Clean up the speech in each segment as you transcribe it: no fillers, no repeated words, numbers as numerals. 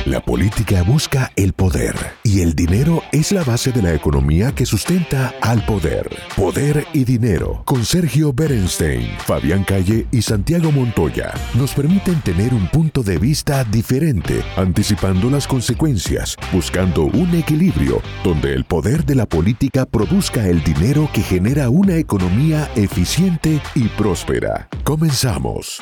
La política busca el poder y el dinero es la base de la economía que sustenta al poder. Poder y dinero, con Sergio Berenstein, Fabián Calle y Santiago Montoya, nos permiten tener un punto de vista diferente, anticipando las consecuencias, buscando un equilibrio donde el poder de la política produzca el dinero que genera una economía eficiente y próspera. Comenzamos.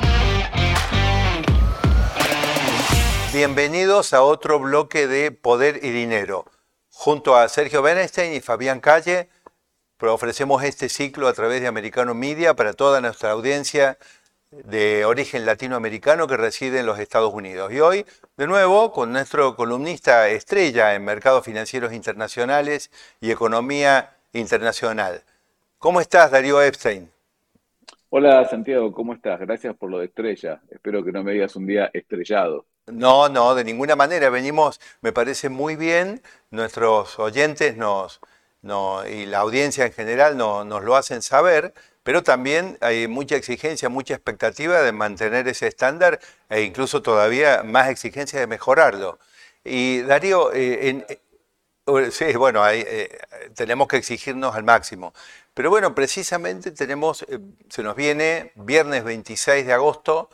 Bienvenidos a otro bloque de Poder y Dinero. Junto a Sergio Berenstein y Fabián Calle, ofrecemos este ciclo a través de Americano Media para toda nuestra audiencia de origen latinoamericano que reside en los Estados Unidos. Y hoy, de nuevo, con nuestro columnista estrella en mercados financieros internacionales y economía internacional. ¿Cómo estás, Darío Epstein? Hola, Santiago, ¿cómo estás? Gracias por lo de estrella. Espero que no me digas un día estrellado. No, de ninguna manera. Venimos, me parece muy bien, nuestros oyentes y la audiencia en general nos lo hacen saber, pero también hay mucha exigencia, mucha expectativa de mantener ese estándar e incluso todavía más exigencia de mejorarlo. Y Darío, sí, bueno, tenemos que exigirnos al máximo. Pero bueno, precisamente se nos viene viernes 26 de agosto,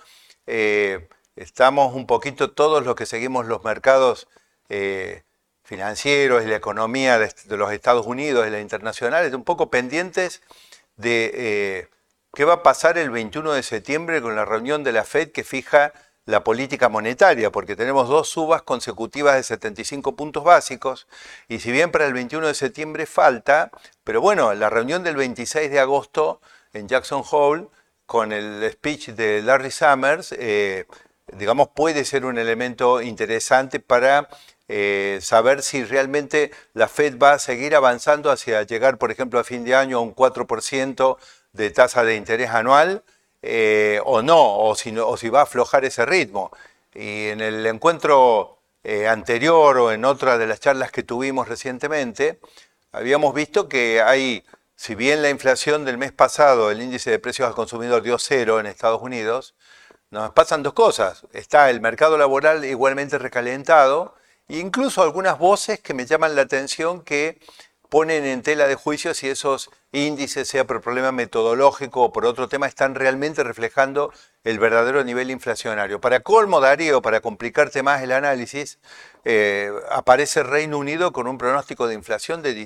estamos un poquito todos los que seguimos los mercados financieros y la economía de los Estados Unidos y la internacional, un poco pendientes de qué va a pasar el 21 de septiembre con la reunión de la Fed que fija la política monetaria, porque tenemos dos subas consecutivas de 75 puntos básicos, y si bien para el 21 de septiembre falta, pero bueno, la reunión del 26 de agosto en Jackson Hole, con el speech de Larry Summers, digamos, puede ser un elemento interesante para saber si realmente la Fed va a seguir avanzando hacia llegar, por ejemplo, a fin de año a un 4% de tasa de interés anual, o no, o si va a aflojar ese ritmo. Y en el encuentro anterior o en otra de las charlas que tuvimos recientemente, habíamos visto que si bien la inflación del mes pasado, el índice de precios al consumidor dio 0 en Estados Unidos, nos pasan dos cosas. Está el mercado laboral igualmente recalentado e incluso algunas voces que me llaman la atención que ponen en tela de juicio si esos índices, sea por problema metodológico o por otro tema, están realmente reflejando el verdadero nivel inflacionario. Para colmo, Darío, para complicarte más el análisis, aparece Reino Unido con un pronóstico de inflación de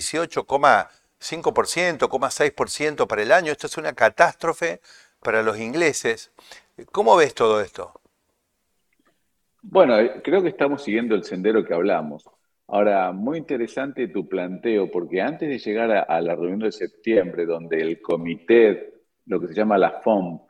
18,5%, 0,6% para el año. Esto es una catástrofe para los ingleses. ¿Cómo ves todo esto? Bueno, creo que estamos siguiendo el sendero que hablamos. Ahora, muy interesante tu planteo, porque antes de llegar a la reunión de septiembre, donde el comité, lo que se llama la FOMC,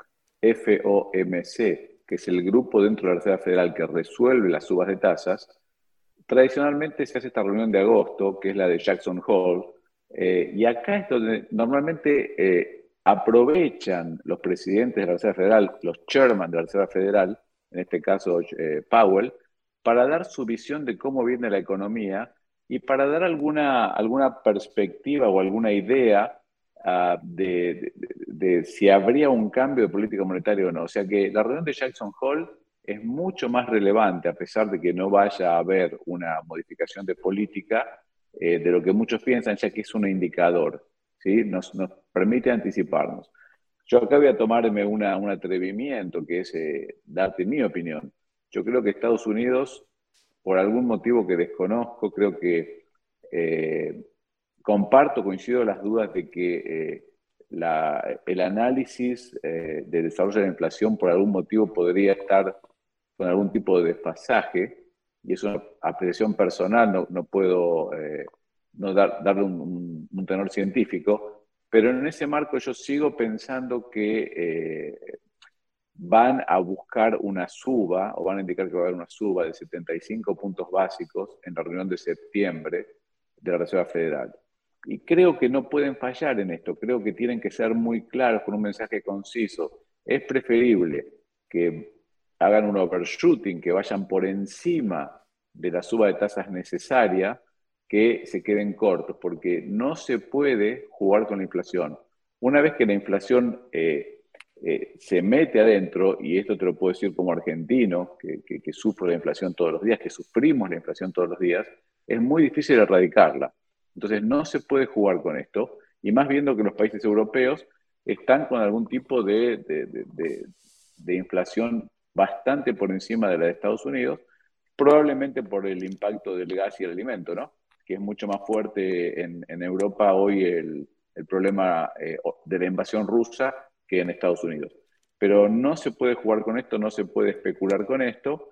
FOMC, que es el grupo dentro de la Reserva Federal que resuelve las subas de tasas, tradicionalmente se hace esta reunión de agosto, que es la de Jackson Hole, y acá es donde normalmente aprovechan los presidentes de la Reserva Federal, los chairman de la Reserva Federal, en este caso Powell, para dar su visión de cómo viene la economía y para dar alguna perspectiva o alguna idea de si habría un cambio de política monetaria o no. O sea que la reunión de Jackson Hole es mucho más relevante, a pesar de que no vaya a haber una modificación de política, de lo que muchos piensan, ya que es un indicador, ¿sí? Nos permite anticiparnos. Yo acá voy a tomarme un atrevimiento, que es darte mi opinión. Yo creo que Estados Unidos, por algún motivo que desconozco, creo que coincido las dudas de que el análisis de desarrollo de la inflación por algún motivo podría estar con algún tipo de desfasaje, y es una apreciación personal, no puedo darle un tenor científico, pero en ese marco yo sigo pensando que van a buscar una suba, o van a indicar que va a haber una suba de 75 puntos básicos en la reunión de septiembre de la Reserva Federal. Y creo que no pueden fallar en esto, creo que tienen que ser muy claros con un mensaje conciso. Es preferible que hagan un overshooting, que vayan por encima de la suba de tasas necesaria, que se queden cortos, porque no se puede jugar con la inflación. Una vez que la inflación se mete adentro, y esto te lo puedo decir como argentino, que sufro la inflación todos los días, que sufrimos la inflación todos los días, es muy difícil erradicarla. Entonces no se puede jugar con esto, y más viendo que los países europeos están con algún tipo de inflación bastante por encima de la de Estados Unidos, probablemente por el impacto del gas y el alimento, ¿no? Que es mucho más fuerte en Europa hoy el problema de la invasión rusa que en Estados Unidos. Pero no se puede jugar con esto, no se puede especular con esto,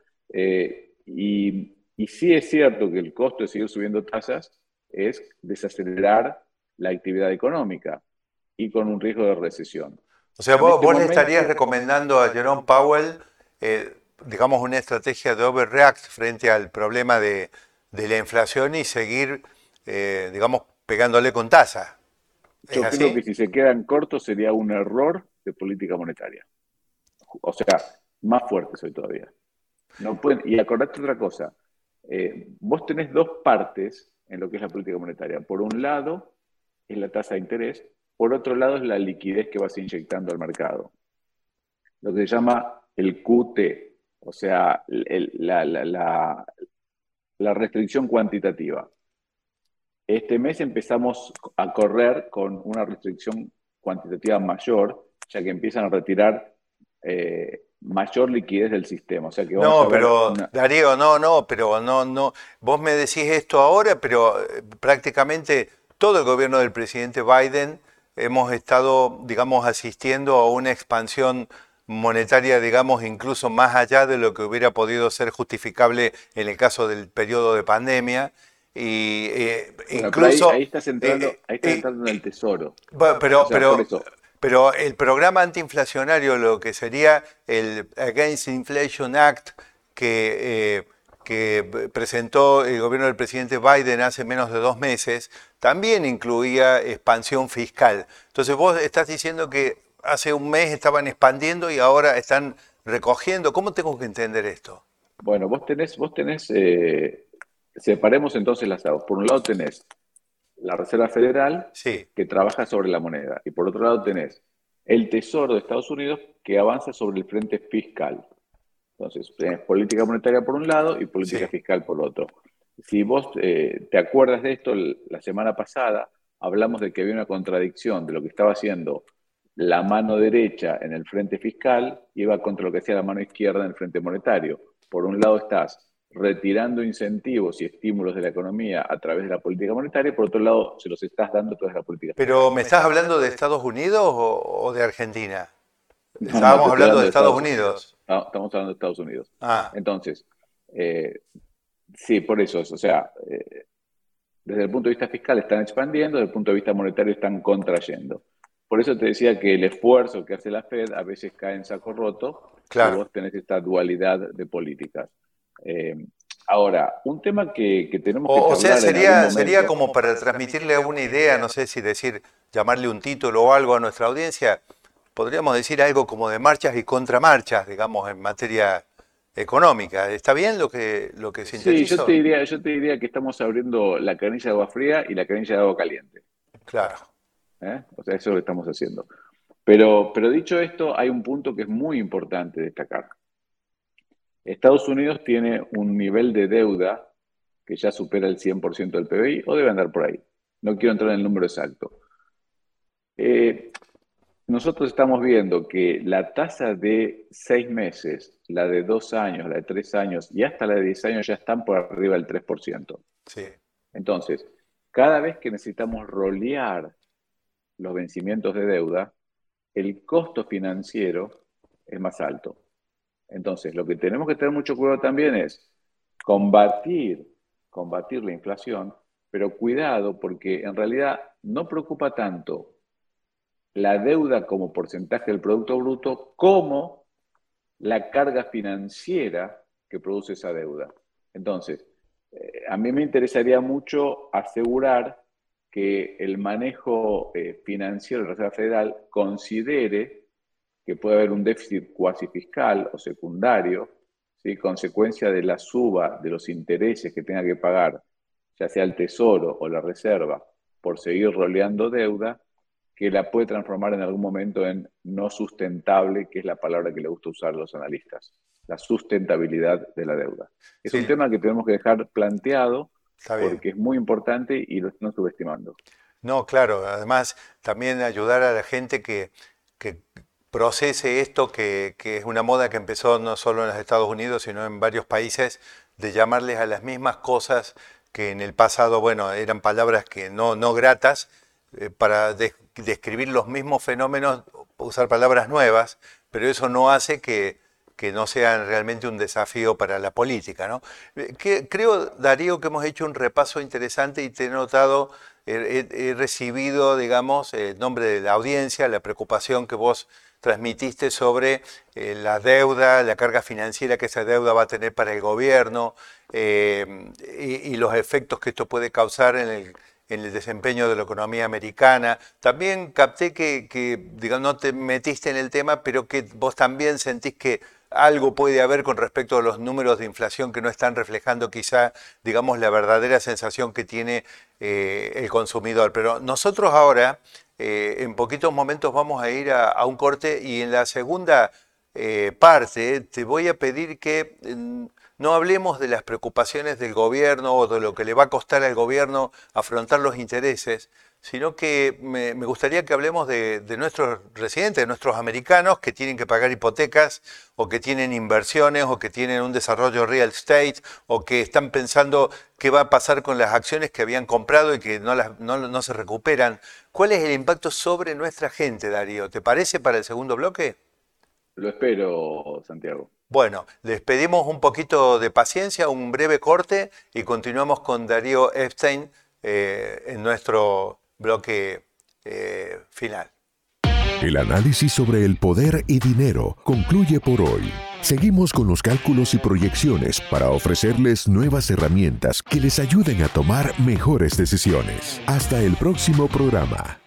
y sí es cierto que el costo de seguir subiendo tasas es desacelerar la actividad económica y con un riesgo de recesión. O sea, En este vos le momento, estarías recomendando a Jerome Powell, digamos, una estrategia de overreact frente al problema de la inflación y seguir, digamos, pegándole con tasa. ¿Es yo creo que así? si se quedan cortos sería un error de política monetaria. O sea, más fuerte soy todavía. No pueden, y acordate otra cosa, vos tenés dos partes en lo que es la política monetaria. Por un lado es la tasa de interés, por otro lado es la liquidez que vas inyectando al mercado. Lo que se llama el QT, o sea, la restricción cuantitativa. Este mes empezamos a correr con una restricción cuantitativa mayor, ya que empiezan a retirar mayor liquidez del sistema. O sea que vamos a No, ver pero una... Darío, no, pero no. Vos me decís esto ahora, pero prácticamente todo el gobierno del presidente Biden hemos estado, digamos, asistiendo a una expansión monetaria, digamos, incluso más allá de lo que hubiera podido ser justificable en el caso del periodo de pandemia. Y Bueno, pero incluso, ahí estás entrando en el tesoro. bueno, O sea, por eso, pero el programa antiinflacionario, lo que sería el Against Inflation Act que presentó el gobierno del presidente Biden hace menos de 2 meses, también incluía expansión fiscal. Entonces vos estás diciendo que hace un mes estaban expandiendo y ahora están recogiendo. ¿Cómo tengo que entender esto? bueno, separemos entonces las aguas. Por un lado tenés la Reserva Federal, Sí, que trabaja sobre la moneda, y por otro lado tenés el Tesoro de Estados Unidos, que avanza sobre el frente fiscal. Entonces, tenés política monetaria por un lado y política sí. fiscal por otro. Si vos te acuerdas de esto, la semana pasada hablamos de que había una contradicción de lo que estaba haciendo la mano derecha en el frente fiscal, iba contra lo que hacía la mano izquierda en el frente monetario. Por un lado estás retirando incentivos y estímulos de la economía a través de la política monetaria, y por otro lado se los estás dando a través de la política fiscal. Pero ¿me estás hablando de Estados Unidos o de Argentina? No, te Estábamos estoy hablando de hablando de Estados Estados Unidos. Unidos. No, estamos hablando de Estados Unidos. Ah, Entonces, eh, sí, por eso es. O sea, desde el punto de vista fiscal están expandiendo, desde el punto de vista monetario están contrayendo. Por eso te decía que el esfuerzo que hace la Fed a veces cae en saco roto si claro. vos tenés esta dualidad de políticas. Eh, Ahora, un tema que tenemos que O sea, charlar en algún sería momento. como para transmitirle una idea, no sé si decir, llamarle un título o algo a nuestra audiencia. Podríamos decir algo como de marchas y contramarchas, digamos, en materia económica. ¿Está bien lo que Sí, sintetizo? yo te diría que estamos abriendo la canilla de agua fría y la canilla de agua caliente. Claro. O sea, eso es lo que estamos haciendo. Pero dicho esto, hay un punto que es muy importante destacar. Estados Unidos tiene un nivel de deuda que ya supera el 100% del PBI, o debe andar por ahí. No quiero entrar en el número exacto. Eh, Nosotros estamos viendo que la tasa de 6 meses, la de 2 años, la de 3 años y hasta la de 10 años ya están por arriba del 3%. Sí. Entonces, cada vez que necesitamos rolear los vencimientos de deuda, el costo financiero es más alto. Entonces, lo que tenemos que tener mucho cuidado también es combatir, combatir la inflación, pero cuidado porque en realidad no preocupa tanto la deuda como porcentaje del Producto Bruto como la carga financiera que produce esa deuda. Entonces, a mí me interesaría mucho asegurar que el manejo financiero de la Reserva Federal considere que puede haber un déficit cuasi fiscal o secundario, ¿sí? Consecuencia de la suba de los intereses que tenga que pagar, ya sea el Tesoro o la Reserva, por seguir roleando deuda, que la puede transformar en algún momento en no sustentable, que es la palabra que le gusta usar a los analistas, la sustentabilidad de la deuda. Es un Sí, tema que tenemos que dejar planteado está bien. porque es muy importante y lo están subestimando. No, claro, además también ayudar a la gente que procese esto, que es una moda que empezó no solo en los Estados Unidos, sino en varios países, de llamarles a las mismas cosas que en el pasado, bueno, eran palabras que no gratas, para describir los mismos fenómenos, usar palabras nuevas, pero eso no hace que no sean realmente un desafío para la política, ¿no? Creo, Darío, que hemos hecho un repaso interesante y te he notado, he recibido, digamos, en nombre de la audiencia, la preocupación que vos transmitiste sobre la deuda, la carga financiera que esa deuda va a tener para el gobierno, y los efectos que esto puede causar en el desempeño de la economía americana. También capté que digamos, no te metiste en el tema, pero que vos también sentís que algo puede haber con respecto a los números de inflación que no están reflejando quizá, digamos, la verdadera sensación que tiene el consumidor. Pero nosotros ahora, en poquitos momentos vamos a ir a un corte, y en la segunda parte te voy a pedir que no hablemos de las preocupaciones del gobierno o de lo que le va a costar al gobierno afrontar los intereses, sino que me gustaría que hablemos de nuestros residentes, de nuestros americanos que tienen que pagar hipotecas, o que tienen inversiones, o que tienen un desarrollo real estate, o que están pensando qué va a pasar con las acciones que habían comprado y que no se recuperan. ¿Cuál es el impacto sobre nuestra gente, Darío? ¿Te parece para el segundo bloque? Lo espero, Santiago. Bueno, les pedimos un poquito de paciencia, un breve corte, y continuamos con Darío Epstein en nuestro bloque final. El análisis sobre el poder y dinero concluye por hoy. Seguimos con los cálculos y proyecciones para ofrecerles nuevas herramientas que les ayuden a tomar mejores decisiones. Hasta el próximo programa.